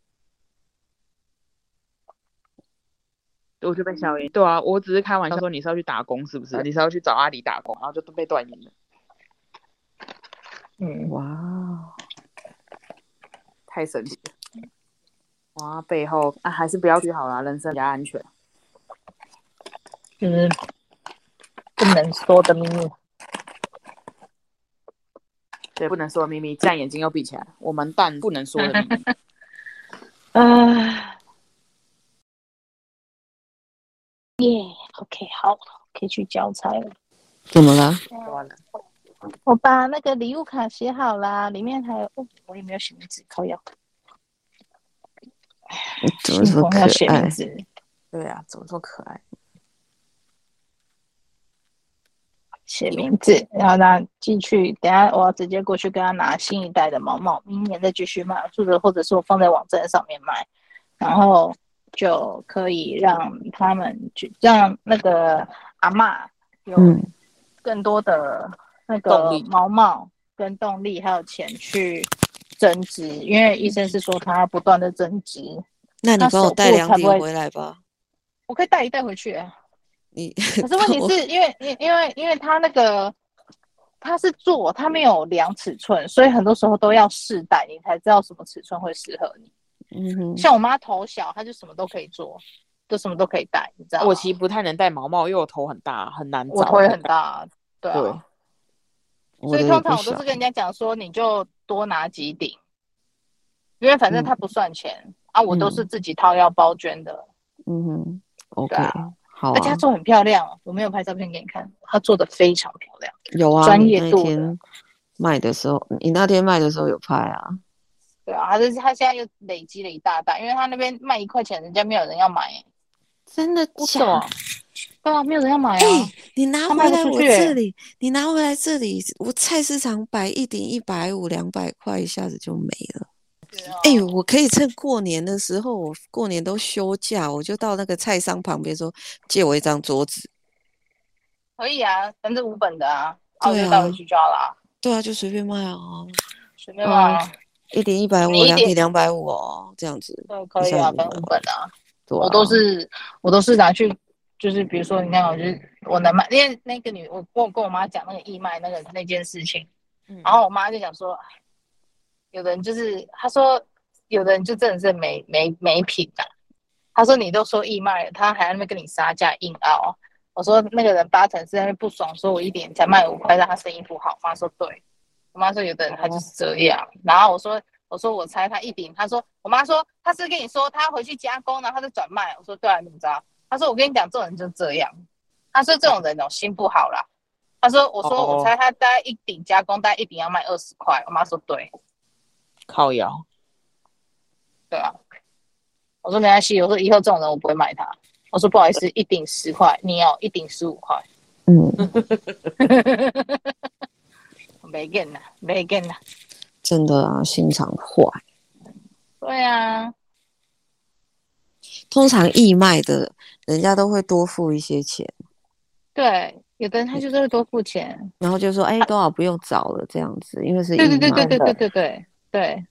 我就被消音。对啊，我只是开玩笑说你是要去打工是不是？你是要去找阿里打工，然后就都被断音了。 哇， 太神奇了。哇，背后还是不要去好啦，人生比较安全。 就是不能说的秘密。 对，不能说的秘密，这样眼睛又闭起来。我们但不能说的秘密。 OK， 好，可以去交差了。 怎么了？ 我把那个礼物卡写好啦，里面还有我也没有写名字，靠腰。 怎么说可爱？ 写名字。 对啊，怎么说可爱？ 写名字，然后他进去，等一下我要直接过去跟他拿新一代的毛毛，明年再继续卖，或者是我放在网站上面卖。然后就可以让他们让那个阿嬷有更多的那个毛毛跟动力，还有钱去增值，因为医生是说他不断的增值。 那你帮我带2顶回来吧。 我可以带一带回去啊。可是问题是因为他那个他是做，他没有量尺寸，所以很多时候都要试戴，你才知道什么尺寸会适合你。像我妈头小，她就什么都可以做，就什么都可以戴，你知道吗？ 我其实不太能戴毛毛，因为我头很大，很难找。 我头也很大，对啊。所以通常我都是跟人家讲说，你就多拿几顶，因为反正他不算钱啊，我都是自己掏腰包捐的。 OK，好。 而且他做很漂亮，我没有拍照片给你看，他做的非常漂亮。 有啊， 专业度的。 你那天卖的时候，你那天卖的时候有拍啊？ 对啊，他现在又累积了一大袋，因为他那边卖1块钱，人家没有人要买。 真的假的？ 对啊，没有人要买啊！ 你拿回来我这里，你拿回来这里，我菜市场摆1顶150、200块，一下子就没了。我可以趁过年的时候，我过年都休假，我就到那个菜商旁边说借我1张桌子。 可以啊，反正5本的啊，我就带回去就好了。 对啊，就随便卖啊， 随便卖啊 ，1顶150，2顶250哦，这样子。 对，可以啊，反正5本啊。我都是拿去，就是比如说，你看，我能卖，因为那个我跟我妈讲那个义卖那件事情，然后我妈就讲说，有的人就是她说，有的人就真的是没品啊。她说你都说义卖了，他还在那边跟你杀价硬凹。我说那个人8成是在那边不爽，说我1点才卖5块，让他生意不好。我妈说对，我妈说有的人他就是这样。然后我说我猜他1顶，我妈说他是跟你说他回去加工，然后他再转卖。我说对啊，你怎么知道？他说我跟你讲，这种人就这样。他说这种人心不好啦。我说我猜他大概1顶加工，大概1顶要卖20块。我妈说对， 靠腰。 对啊，我说没关系，我说以后这种人我不会买他。我说不好意思，1顶10块，你要1顶15块。没见啦。 真的啊，心肠坏。 对啊， 通常义卖的人家都会多付一些钱。 对，有的人他就是会多付钱， 然后就说多少不用找了这样子，因为是义卖。 对。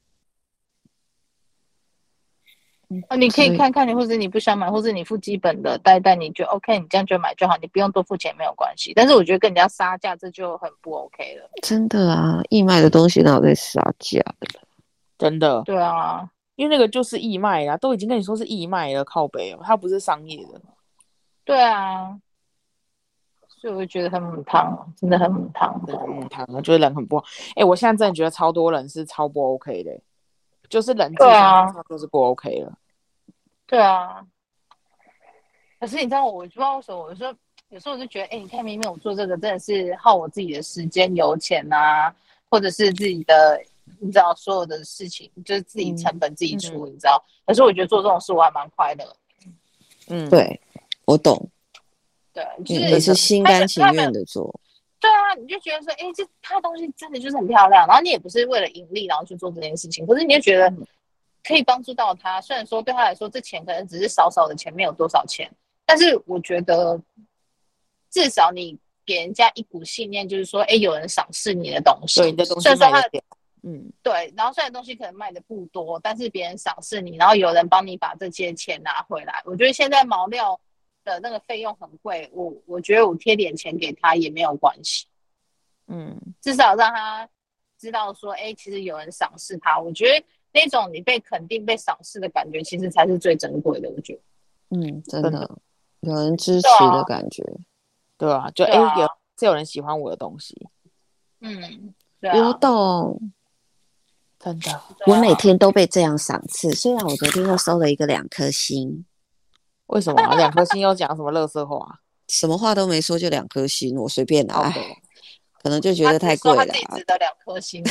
你可以看看你，或者你不想买，或者你付基本的带你就 OK， 你这样就买就好，你不用多付钱没有关系。但是我觉得跟人家杀价这就很不 OK 了。 真的啊，义卖的东西哪有在杀价的？ 真的。 对啊， 因为那个就是义卖啦，都已经跟你说是义卖了，靠北它不是商业的。 对啊，所以我就觉得很母汤，真的很母汤， 真的很母汤，我觉得人很不好。我现在真的觉得超多人是超不 OK 的，就是人际上就是不 OK 了。 对啊，可是你知道我不知道为什么，有时候我就觉得，你看明明我做这个真的是耗我自己的时间、油钱啊，或者是自己的，你知道所有的事情就是自己成本自己出，你知道。可是我觉得做这种事我还蛮快乐。 对，我懂。 对，就是你是心甘情愿的做。 对啊，你就觉得说，这他东西真的就是很漂亮，然后你也不是为了盈利然后去做这件事情，可是你就觉得可以帮助到他。虽然说对他来说这钱可能只是少少的钱，没有多少钱，但是我觉得至少你给人家一股信念，就是说有人赏识你的东西。 对，你的东西卖得对，然后虽然东西可能卖的不多，但是别人赏识你，然后有人帮你把这些钱拿回来。我觉得现在毛料的那个费用很贵，我觉得我贴点钱给他也没有关系。至少让他知道说，其实有人赏识他。我觉得那种你被肯定、被赏识的感觉，其实才是最珍贵的。我觉得， 真的有人支持的感觉。 对啊，有人喜欢我的东西。 对啊， 有懂。 真的， 我每天都被这样赏赐，虽然我昨天又收了一个2颗星。 为什么2颗星又讲什么垃圾话？ 什么话都没说就2颗星，我随便拿。可能就觉得太贵了。 他自己值得2颗星。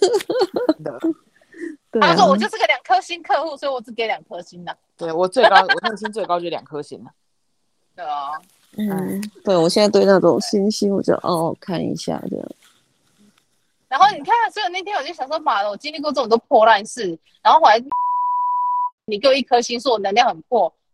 他说我就是个2颗星客户，所以我只给2颗星的。 对，我最高，我内心最高就2颗星了。 对啊， 对，我现在对那种星星，我就看一下这样。 然后你看，所以那天我就想说，妈的，我经历过这种都破烂事，然后后来你给我1颗星，说我能量很破，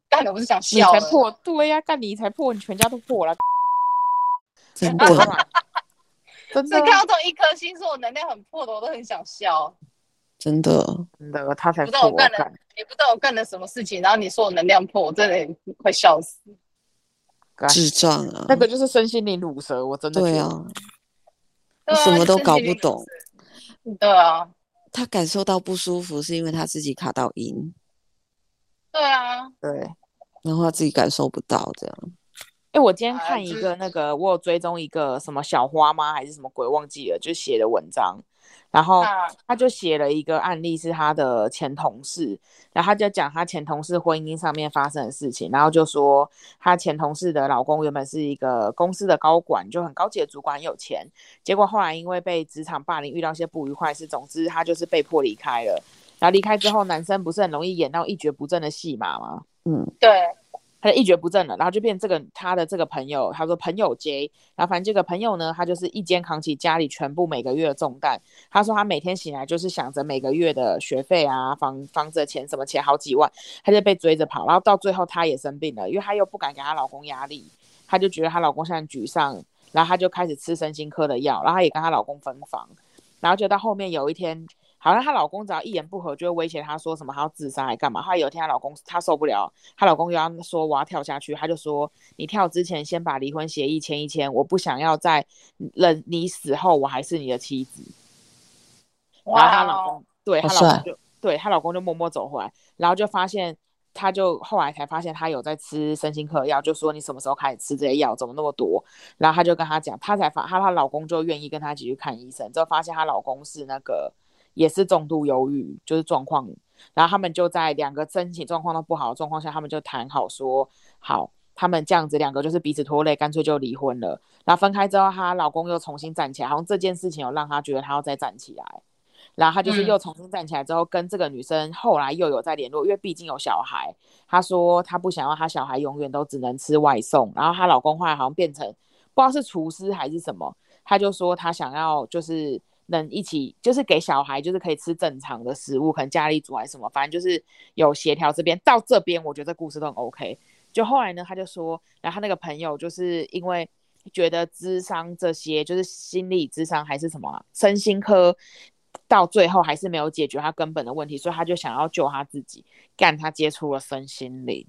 干了，我是想你笑了。 才破，对呀、干你才破，你全家都破了。 真的， 真的， 所以看到这种一颗星说我能量很破的，我都很想笑。 真的， 真的，他才不知道我破。 干了，也不知道我干了什么事情，然后你说我能量破，我真的快笑死。 智障啊！ 那个就是身心灵乳蛇，我真的觉得。 对啊，什么都搞不懂。 对啊， 他感受到不舒服，是因为他自己卡到阴。 对啊， 对。 然后他自己感受不到这样。 我今天看一个那个，我有追踪一个什么小花吗还是什么鬼忘记了，就写的文章，然后他就写了一个案例，是他的前同事，然后他就讲他前同事婚姻上面发生的事情，然后就说他前同事的老公原本是一个公司的高管，就很高级的主管，很有钱，结果后来因为被职场霸凌，遇到一些不愉快事，总之他就是被迫离开了。然后离开之后，男生不是很容易演到一蹶不振的戏码吗？ 对。 他就一蹶不振了，然后就变他的这个朋友，他说朋友 J， 然后反正这个朋友呢，他就是一肩扛起家里全部每个月的重担。他说他每天醒来就是想着每个月的学费啊、房子的钱，什么钱好几万，他就被追着跑，然后到最后他也生病了，因为他又不敢给她老公压力，他就觉得她老公现在沮丧，然后他就开始吃身心科的药，然后他也跟她老公分房，然后就到后面有一天。好像她老公只要一言不合就会威胁她说什么她要自杀还干嘛。后来有一天她老公她受不了，她老公又要说我要跳下去，她就说你跳之前先把离婚协议签一签，我不想要在你死后我还是你的妻子。然后她老公她老公就默默走回来，然后就发现她就后来才发现她有在吃身心科药，就说你什么时候开始吃这些药，怎么那么多？然后她就跟她讲，她老公就愿意跟她一起去看医生，之后发现她老公是那个。也是重度忧郁，就是状况，然后他们就在两个身体状况都不好的状况下，他们就谈好说好，他们这样子两个就是彼此拖累，干脆就离婚了。然后分开之后，她老公又重新站起来，好像这件事情有让她觉得她要再站起来，然后她就是又重新站起来之后，跟这个女生后来又有在联络，因为毕竟有小孩，她说她不想要她小孩永远都只能吃外送，然后她老公后来好像变成不知道是厨师还是什么，她就说她想要就是能一起就是给小孩就是可以吃正常的食物，可能家里煮还是什么，反正就是有协调这边到这边，我觉得这故事都很 OK。就后来呢，他就说，然后他那个朋友就是因为觉得諮商这些就是心理諮商还是什么身心科，到最后还是没有解决他根本的问题，所以他就想要救他自己，干他接触了身心灵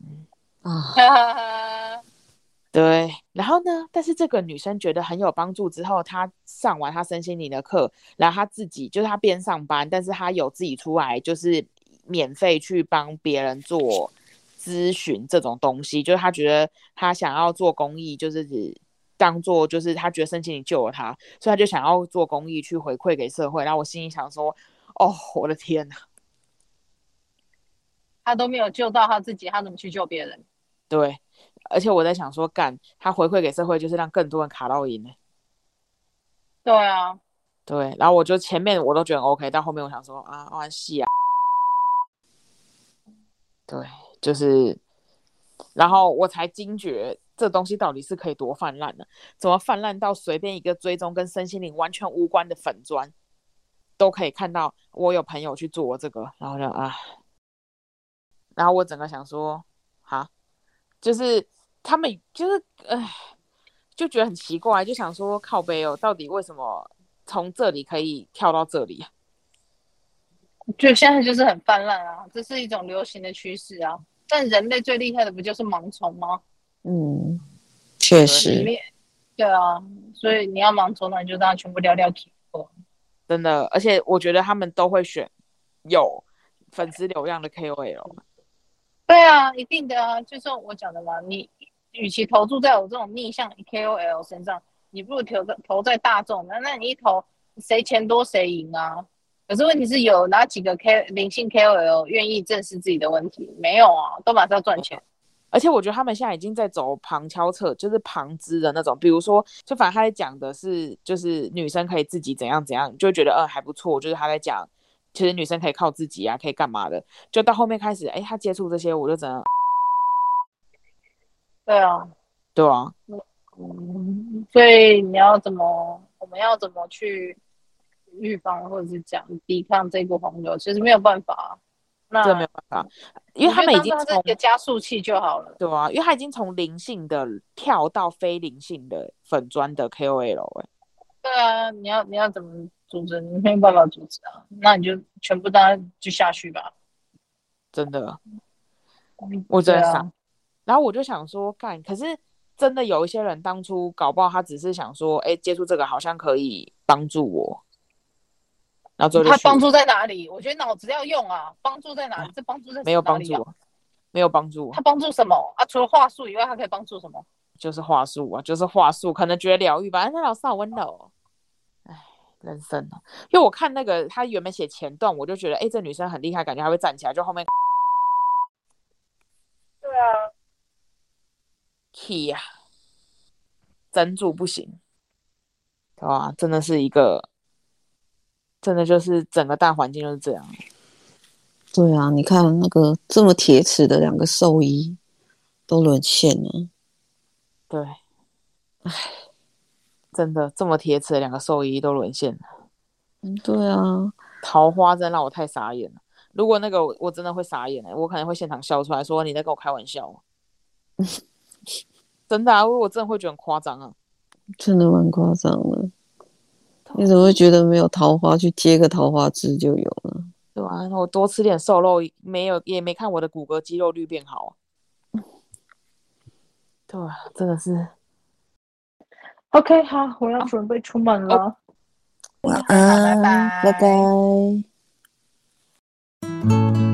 啊。对，然后呢？但是这个女生觉得很有帮助之后，她上完她身心灵的课，然后她自己就是她边上班，但是她有自己出来，就是免费去帮别人做咨询这种东西。就是她觉得她想要做公益，就是当做就是她觉得身心灵救了她，所以她就想要做公益去回馈给社会。然后我心里想说，哦，我的天哪， 她都没有救到她自己，她怎么去救别人？ 对。而且我在想说，干他回馈给社会，就是让更多人卡到赢。 对啊， 对，然后我就前面我都觉得 OK， 到后面我想说啊，玩戏啊。对，就是，然后我才惊觉这东西到底是可以多泛滥的，怎么泛滥到随便一个追踪跟身心灵完全无关的粉专都可以看到。我有朋友去做这个，然后就啊，然后我整个想说，哈，就是他们就是就觉得很奇怪，就想说靠北哦，到底为什么从这里可以跳到这里啊？ 就现在就是很泛滥啊，这是一种流行的趋势啊。但人类最厉害的不就是盲从吗？ 确实。 对啊，所以你要盲从，那你就让它全部撂体过。 真的，而且我觉得他们都会选有粉丝流量的 KOL。 对啊，一定的啊，就是我讲的嘛，你与其投注在我这种逆向 KOL 身上，你不如投在大众。那你一投，谁钱多谁赢啊？可是问题是有哪几个灵性 KOL 愿意正视自己的问题？没有啊，都马上要赚钱。 而且我觉得他们现在已经在走旁敲侧，就是旁支的那种。比如说，就反正他在讲的是，就是女生可以自己怎样怎样，就会觉得还不错。就是他在讲，其实女生可以靠自己啊，可以干嘛的。就到后面开始，他接触这些，我就真的， 对啊， 对啊， 所以我们要怎么去预防或者是讲抵抗这股洪流？其实没有办法。 这没有办法，因为他们已经从一个加速器就好了。 对啊，因为他已经从灵性的跳到非灵性的粉专的 KOL 对啊，你要怎么阻止？你没有办法阻止啊，那你就全部大家就下去吧。 真的，我真的傻。然后我就想说，干，可是真的有一些人当初搞不好他只是想说，接触这个好像可以帮助我。然后最后他帮助在哪里？我觉得脑子要用啊，帮助在哪里？这帮助在没有帮助，没有帮助。 他帮助什么啊？除了话术以外，他可以帮助什么？ 就是话术啊，就是话术，可能觉得疗愈吧。但是老师好温柔，哎，人生啊。因为我看那个他原本写前段，我就觉得，这女生很厉害，感觉还会站起来，就后面， 对啊 key 呀，整组不行，对吧？真的是一个，真的就是整个大环境就是这样。 对啊，你看那个这么铁齿的2个兽医都沦陷了。 对，唉，真的这么铁齿的2个兽医都沦陷了。 对啊， 桃花真让我太傻眼了。如果那个我真的会傻眼我可能会现场笑出来说你在跟我开玩笑。真的啊，我真的会觉得很夸张啊。 真的蛮夸张的。你怎么会觉得没有桃花去接个桃花枝就有了？ 对啊，我多吃点瘦肉，也没看我的骨骼肌肉率变好。对啊，真的是。 OK， 好，我要准备出门了。 晚安，拜拜。